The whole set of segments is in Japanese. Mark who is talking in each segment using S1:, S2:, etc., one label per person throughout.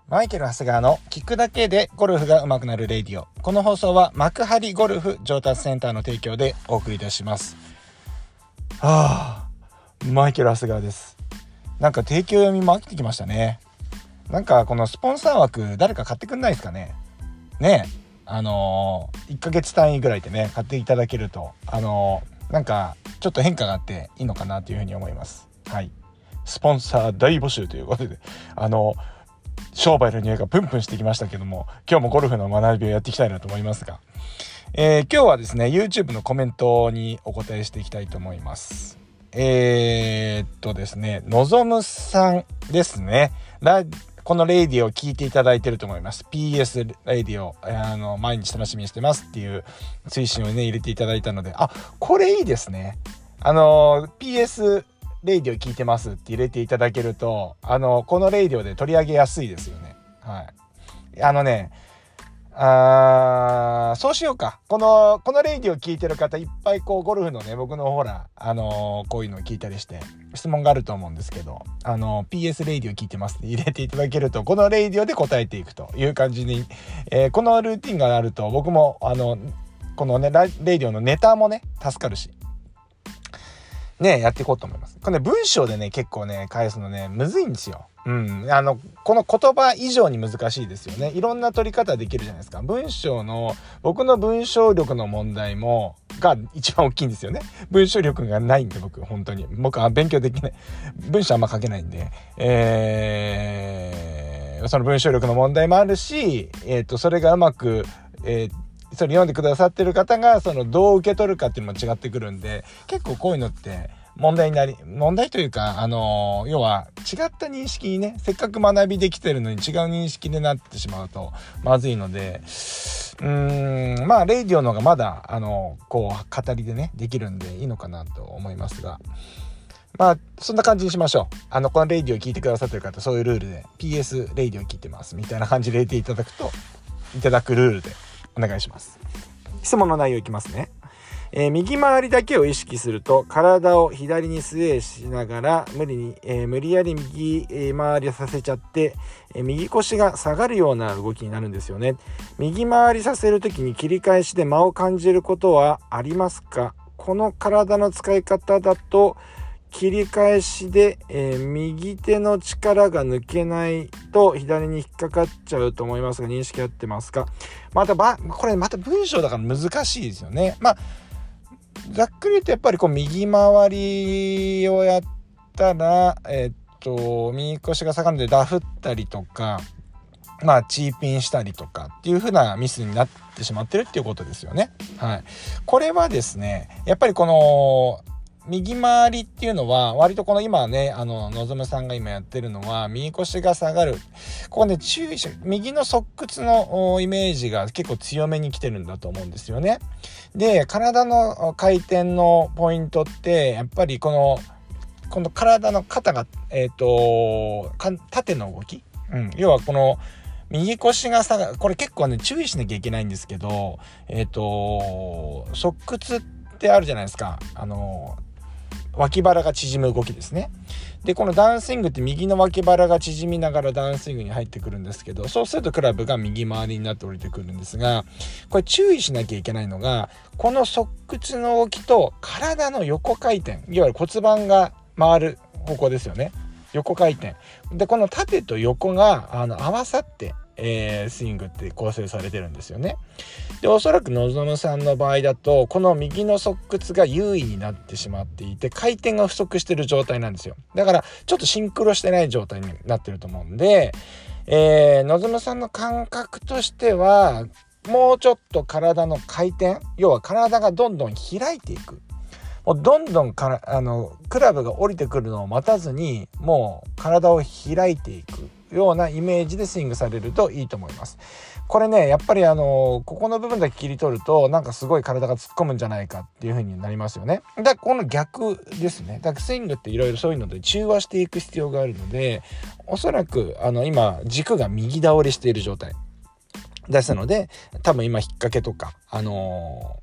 S1: マイケル・長谷川の聞くだけでゴルフが上手くなるレディオ。この放送は幕張ゴルフ上達センターの提供でお送りいたします。マイケル・長谷川です。なんか提供読みも飽きてきましたね。なんかこのスポンサー枠誰か買ってくんないですかね。ねえ、1ヶ月単位ぐらいでね買っていただけるとなんかちょっと変化があっていいのかなというふうに思います。はい。スポンサー大募集ということで商売の匂いがプンプンしてきましたけども、今日もゴルフの学びをやっていきたいなと思いますが、今日はですね YouTube のコメントにお答えしていきたいと思います。ですね、のぞむさんですね。このレイディを聞いていただいてると思います。PS レイディを毎日楽しみにしてますっていう推進をね入れていただいたので、これいいですね。PSレイディを聞いてますって入れていただけるとこのレイディオで取り上げやすいですよね。はい。そうしようか。このレイディを聞いてる方いっぱいゴルフのね僕のこういうのを聞いたりして質問があると思うんですけど、PS レイディを聞いてますって入れていただけるとこのレイディオで答えていくという感じに、このルーティンがあると僕もこのねレイディオのネタもね助かるしねやっていこうと思います。これね文章でね結構ね返すのねむずいんですよ。この言葉以上に難しいですよね。いろんな取り方できるじゃないですか。僕の文章力の問題が一番大きいんですよね。文章力がないんで僕は勉強できない。文章あんま書けないんで、その文章力の問題もあるし、それがうまく、それ読んでくださってる方がどう受け取るかっていうのも違ってくるんで、結構こういうのって問題というか要は違った認識にね、せっかく学びできてるのに違う認識になってしまうとまずいので、レイディオの方がまだ語りでねできるんでいいのかなと思いますが、そんな感じにしましょう。このレイディオ聞いてくださってる方、そういうルールで PS レイディオ聞いてますみたいな感じで入れていただくルールでお願いします。質問の内容いきますね。右回りだけを意識すると体を左にスウェーしながら無理やり右回りさせちゃって右腰が下がるような動きになるんですよね。右回りさせるときに切り返しで間を感じることはありますか？この体の使い方だと切り返しで、右手の力が抜けないと左に引っかかっちゃうと思いますが認識合ってますか？これまた文章だから難しいですよね。ざっくり言うとやっぱり右回りをやったら右腰が下がるのでダフったりとかチーピンしたりとかっていう風なミスになってしまってるっていうことですよね。はい。これはですねやっぱりこの右回りっていうのは割と今ねのぞむさんが今やってるのは右腰が下がる、ここね注意して右の側屈のイメージが結構強めに来てるんだと思うんですよね。で体の回転のポイントってやっぱりこの体の肩が縦の動き、要はこの右腰が下がる、これ結構ね注意しなきゃいけないんですけど側屈ってあるじゃないですか。脇腹が縮む動きですね。でこのダウンスイングって右の脇腹が縮みながらダウンスイングに入ってくるんですけど、そうするとクラブが右回りになって降りてくるんですが、これ注意しなきゃいけないのがこの側屈の動きと体の横回転、いわゆる骨盤が回る方向ですよね。横回転でこの縦と横が合わさってスイングって構成されてるんですよね。でおそらくのぞむさんの場合だとこの右の側屈が優位になってしまっていて回転が不足してる状態なんですよ。だからちょっとシンクロしてない状態になってると思うんで、のぞむさんの感覚としてはもうちょっと体の回転、要は体がどんどん開いていく、もうどんどんクラブが降りてくるのを待たずにもう体を開いていくようなイメージでスイングされるといいと思います。これねやっぱりここの部分だけ切り取るとなんかすごい体が突っ込むんじゃないかっていう風になりますよね。だからこの逆ですね。だからスイングっていろいろそういうので中和していく必要があるので、おそらく今軸が右倒れしている状態ですので、多分今引っ掛けとか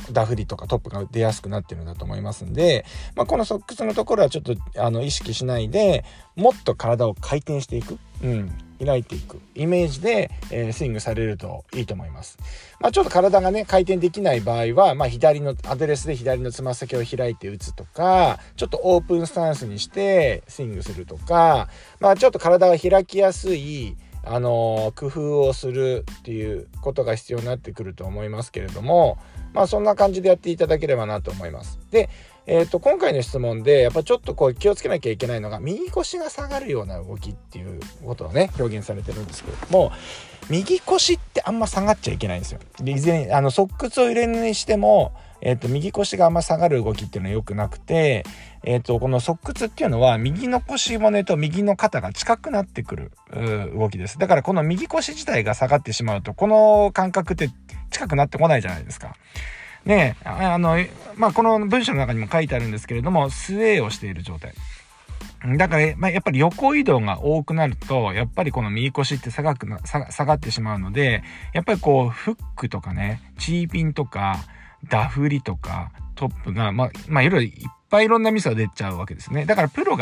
S1: ダフりとかトップが出やすくなってるんだと思いますんで、このソックスのところはちょっと意識しないで、もっと体を回転していく、開いていくイメージで、スイングされるといいと思います。ちょっと体がね回転できない場合は、左のアドレスで左のつま先を開いて打つとか、ちょっとオープンスタンスにしてスイングするとか、ちょっと体が開きやすい工夫をするっていうことが必要になってくると思いますけれども、そんな感じでやっていただければなと思います。で、今回の質問でやっぱちょっと気をつけなきゃいけないのが、右腰が下がるような動きっていうことをね表現されてるんですけれども、右腰ってあんま下がっちゃいけないんですよ。で、いずれにソックスを入れるにしても、右腰があんま下がる動きっていうのは良くなくて、このソックスっていうのは右の腰骨と右の肩が近くなってくる動きです。だからこの右腰自体が下がってしまうと、この感覚って近くなってこないじゃないですか。ね、この文章の中にも書いてあるんですけれども、スウェーをしている状態だから、やっぱり横移動が多くなると、やっぱりこの右腰って下がってしまうので、やっぱりフックとかね、チーピンとかダフりとかトップがいろいろんなミスが出ちゃうわけですね。だからプロ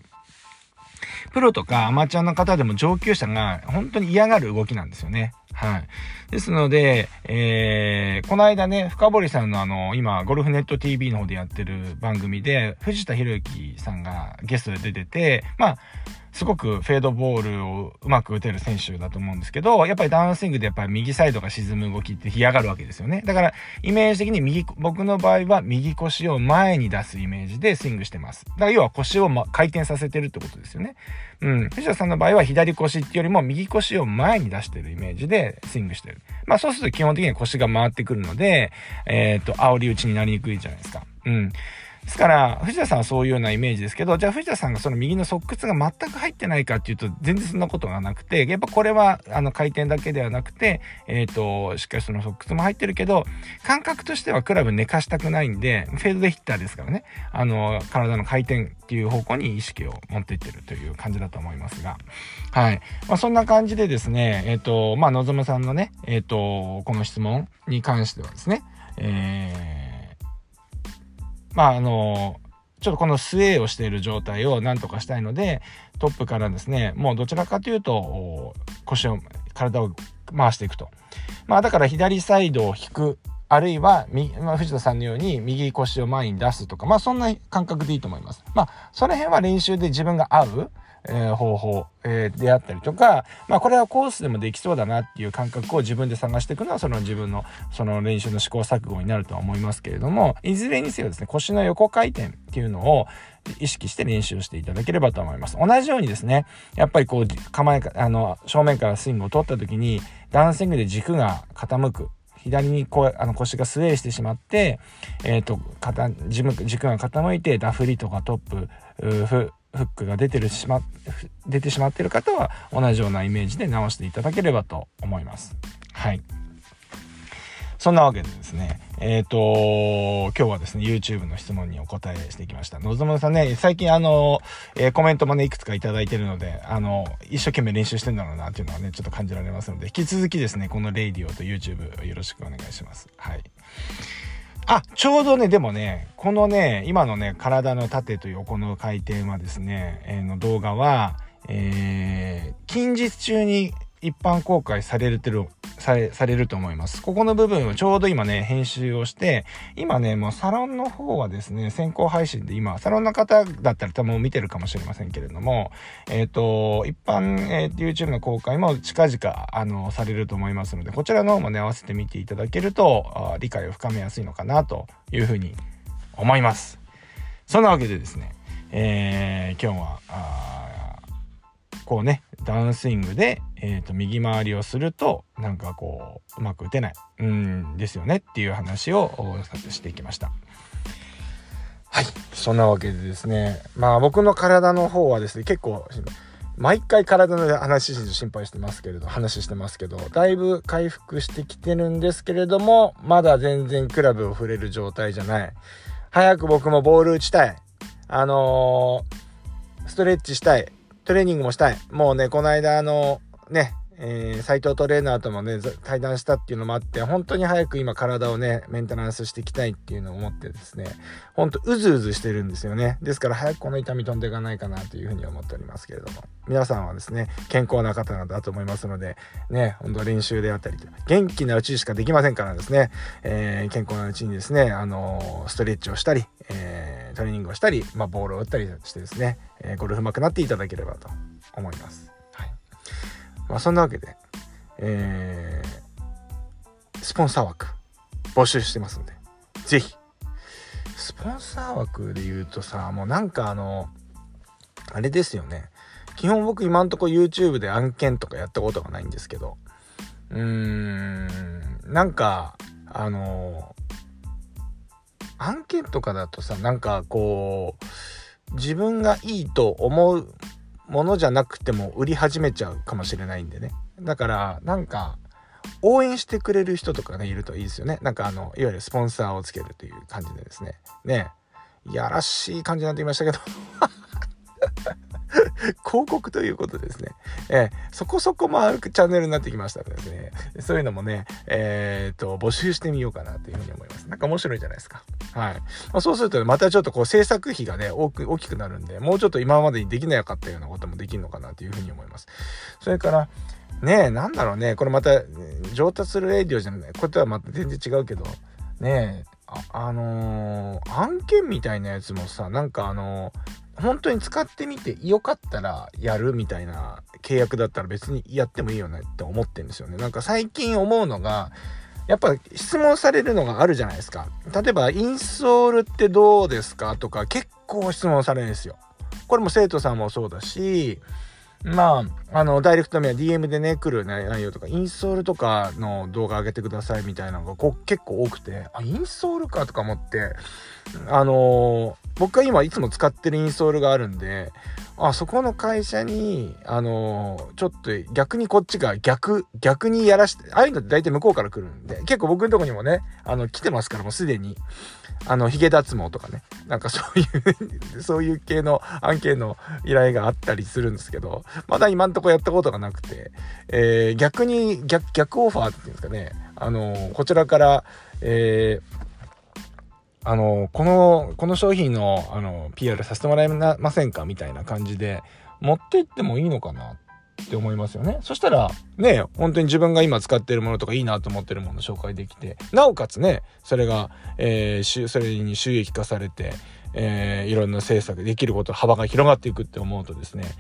S1: とかアマチュアの方でも上級者が本当に嫌がる動きなんですよね。はい。ですので、この間ね、深堀さんの今、ゴルフネット TV の方でやってる番組で、藤田博之さんがゲストで出てて、すごくフェードボールをうまく打てる選手だと思うんですけど、やっぱりダウンスイングでやっぱり右サイドが沈む動きって嫌がるわけですよね。だからイメージ的に僕の場合は右腰を前に出すイメージでスイングしてます。だから要は腰を回転させてるってことですよね。藤田さんの場合は左腰っていうよりも右腰を前に出してるイメージでスイングしてる。そうすると基本的には腰が回ってくるので、煽り打ちになりにくいじゃないですか。ですから藤田さんはそういうようなイメージですけど、じゃあ藤田さんがその右のソックスが全く入ってないかっていうと全然そんなことがなくて、やっぱこれは回転だけではなくて、しっかりそのソックスも入ってるけど、感覚としてはクラブ寝かしたくないんで、フェードでヒッターですからね、体の回転っていう方向に意識を持っていってるという感じだと思いますが、はい。そんな感じでですね、のぞむさんのね、この質問に関してはですね、ちょっとこのスウェーをしている状態をなんとかしたいので、トップからですね、もうどちらかというと体を回していくと。だから左サイドを引く、あるいは藤田さんのように右腰を前に出すとか、そんな感覚でいいと思います。その辺は練習で自分が合う方法、であったりとか、これはコースでもできそうだなっていう感覚を自分で探していくのは自分のその練習の試行錯誤になるとは思いますけれども、いずれにせよですね、腰の横回転っていうのを意識して練習していただければと思います。同じようにですね、やっぱり正面からスイングを取った時にダウンスイングで軸が傾く、左に腰がスウェーしてしまって、軸が傾いてダフりとかトップフックが出てしまっている方は同じようなイメージで直していただければと思います。はい。そんなわけでですね、今日はですね YouTube の質問にお答えしてきました。のぞむさんね、最近コメントもねいくつかいただいてるので、一生懸命練習してんだろうなっていうのはねちょっと感じられますので、引き続きですねこのレイディオと YouTube よろしくお願いします。はい。ちょうどね、でもね、このね、今のね、体の縦と横の回転はですね、の動画は、近日中に一般公開されると思います。ここの部分をちょうど今ね、編集をして、今ね、もうサロンの方はですね、先行配信で今、サロンの方だったら多分見てるかもしれませんけれども、一般、YouTube の公開も近々、されると思いますので、こちらの方もね、合わせて見ていただけると、理解を深めやすいのかなというふうに思います。そんなわけでですね、今日は、こうねダウンスイングで、右回りをするとなんかうまく打てないですよねっていう話をしていきました。はい、そんなわけでですね、僕の体の方はですね結構毎回体の話してますけど、だいぶ回復してきてるんですけれども、まだ全然クラブを振れる状態じゃない。早く僕もボール打ちたい、ストレッチしたい、トレーニングもしたい。もうね、この間斉藤トレーナーともね対談したっていうのもあって、本当に早く今体をねメンテナンスしていきたいっていうのを思ってですね、本当うずうずしてるんですよね。ですから早くこの痛み飛んでいかないかなというふうに思っておりますけれども、皆さんはですね健康な方だと思いますのでね、本当練習であったり元気なうちしかできませんからですね、健康なうちにですねストレッチをしたり、トレーニングをしたり、ボールを打ったりしてですね、ゴルフ上手くなっていただければと思います。はい。そんなわけで、スポンサー枠募集してますので、ぜひ。スポンサー枠で言うとさ、もうなんかあれですよね。基本僕今んとこ YouTube で案件とかやったことがないんですけど、なんか案件とかだとさ、なんかこう自分がいいと思うものじゃなくても売り始めちゃうかもしれないんでね。だからなんか応援してくれる人とかねいるといいですよね。なんかいわゆるスポンサーをつけるという感じでですね。いやらしい感じになってきましたけど広告ということですね。そこそこ回るチャンネルになってきましたのでですね、そういうのもね、募集してみようかなというふうに思います。なんか面白いじゃないですか。はい。そうすると、またちょっとこう制作費がね、大きくなるんで、もうちょっと今までにできなかったようなこともできるのかなというふうに思います。それから、なんだろうね、これまた上達するレディオじゃない、これとはまた全然違うけど、案件みたいなやつもさ、なんか本当に使ってみてよかったらやるみたいな契約だったら別にやってもいいよねって思ってるんですよね。なんか最近思うのが、やっぱ質問されるのがあるじゃないですか。例えばインソールってどうですかとか結構質問されるんですよ。これも生徒さんもそうだし、ダイレクトメール DM でね来る内容とか、インストールとかの動画上げてくださいみたいなのが結構多くて、インストールかとか思って、僕が今いつも使ってるインストールがあるんで、そこの会社にちょっと逆にこっちが逆にやらして、ああいうのって大体向こうから来るんで、結構僕のとこにもね来てますから、もうすでにヒゲ脱毛とかね、なんかそういう系の案件の依頼があったりするんですけど、まだ今んとこやったことがなくて、逆オファーっていうんですかね、こちらからこの商品のPR させてもらえませんかみたいな感じで持ってってもいいのかなって思いますよね。そしたらね、本当に自分が今使っているものとかいいなと思ってるものを紹介できて、なおかつねそれが、それに収益化されて、いろんな政策できること幅が広がっていくって思うとですね、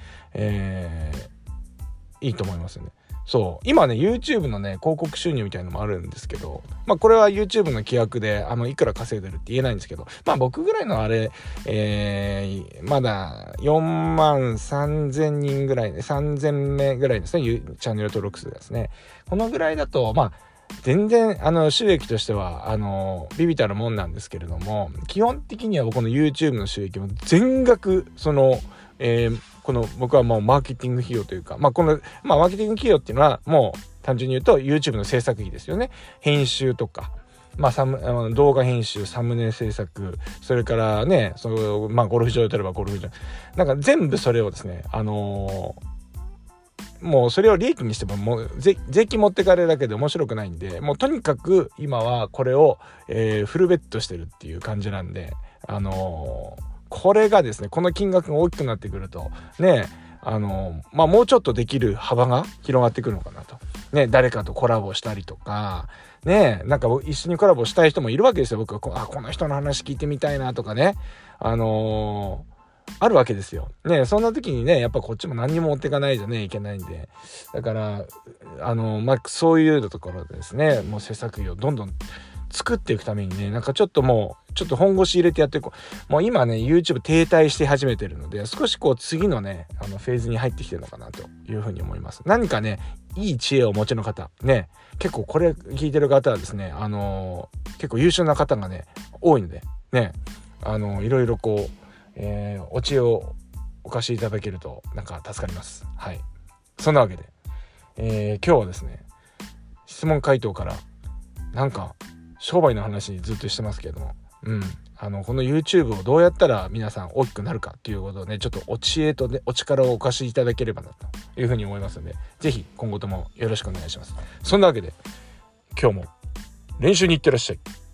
S1: いいと思いますよね。そう今ね YouTube のね広告収入みたいのもあるんですけど、これは YouTube の規約でいくら稼いでるって言えないんですけど、僕ぐらいのあれ、まだ4万3000人ぐらいで3000名ぐらいですね、チャンネル登録数ですね。このぐらいだと全然収益としては微々たるもんなんですけれども、基本的にはこの YouTube の収益も全額この僕はもうマーケティング費用というか、マーケティング費用っていうのはもう単純に言うと YouTube の制作費ですよね。編集とか、動画編集、サムネ制作、それからねゴルフ場で取ればゴルフ場、なんか全部それをですねもうそれを利益にしてももう税金持ってかれるだけで面白くないんで、もうとにかく今はこれを、フルベットしてるっていう感じなんで、これがですねこの金額が大きくなってくるとね、もうちょっとできる幅が広がってくるのかなとね、誰かとコラボしたりとかね、なんか一緒にコラボしたい人もいるわけですよ。僕はこの人の話聞いてみたいなとかね、あるわけですよね。そんな時にねやっぱこっちも何にも持っていかないじゃねいけないんで、だからそういうところでですね、もう制作費をどんどん作っていくためにね、なんかちょっと本腰入れてやっていこう。もう今ね YouTube 停滞して始めてるので、少し次のねフェーズに入ってきてるのかなというふうに思います。何かねいい知恵をお持ちの方ね、結構これ聞いてる方はですね結構優秀な方がね多いのでね、いろいろお知恵をお貸しいただけるとなんか助かります。はい。そんなわけで、今日はですね質問回答からなんか商売の話ずっとしてますけれども、 この YouTube をどうやったら皆さん大きくなるかっていうことをね、ちょっとお知恵とね、お力をお貸しいただければなというふうに思いますので、ぜひ今後ともよろしくお願いします。そんなわけで今日も練習に行ってらっしゃい。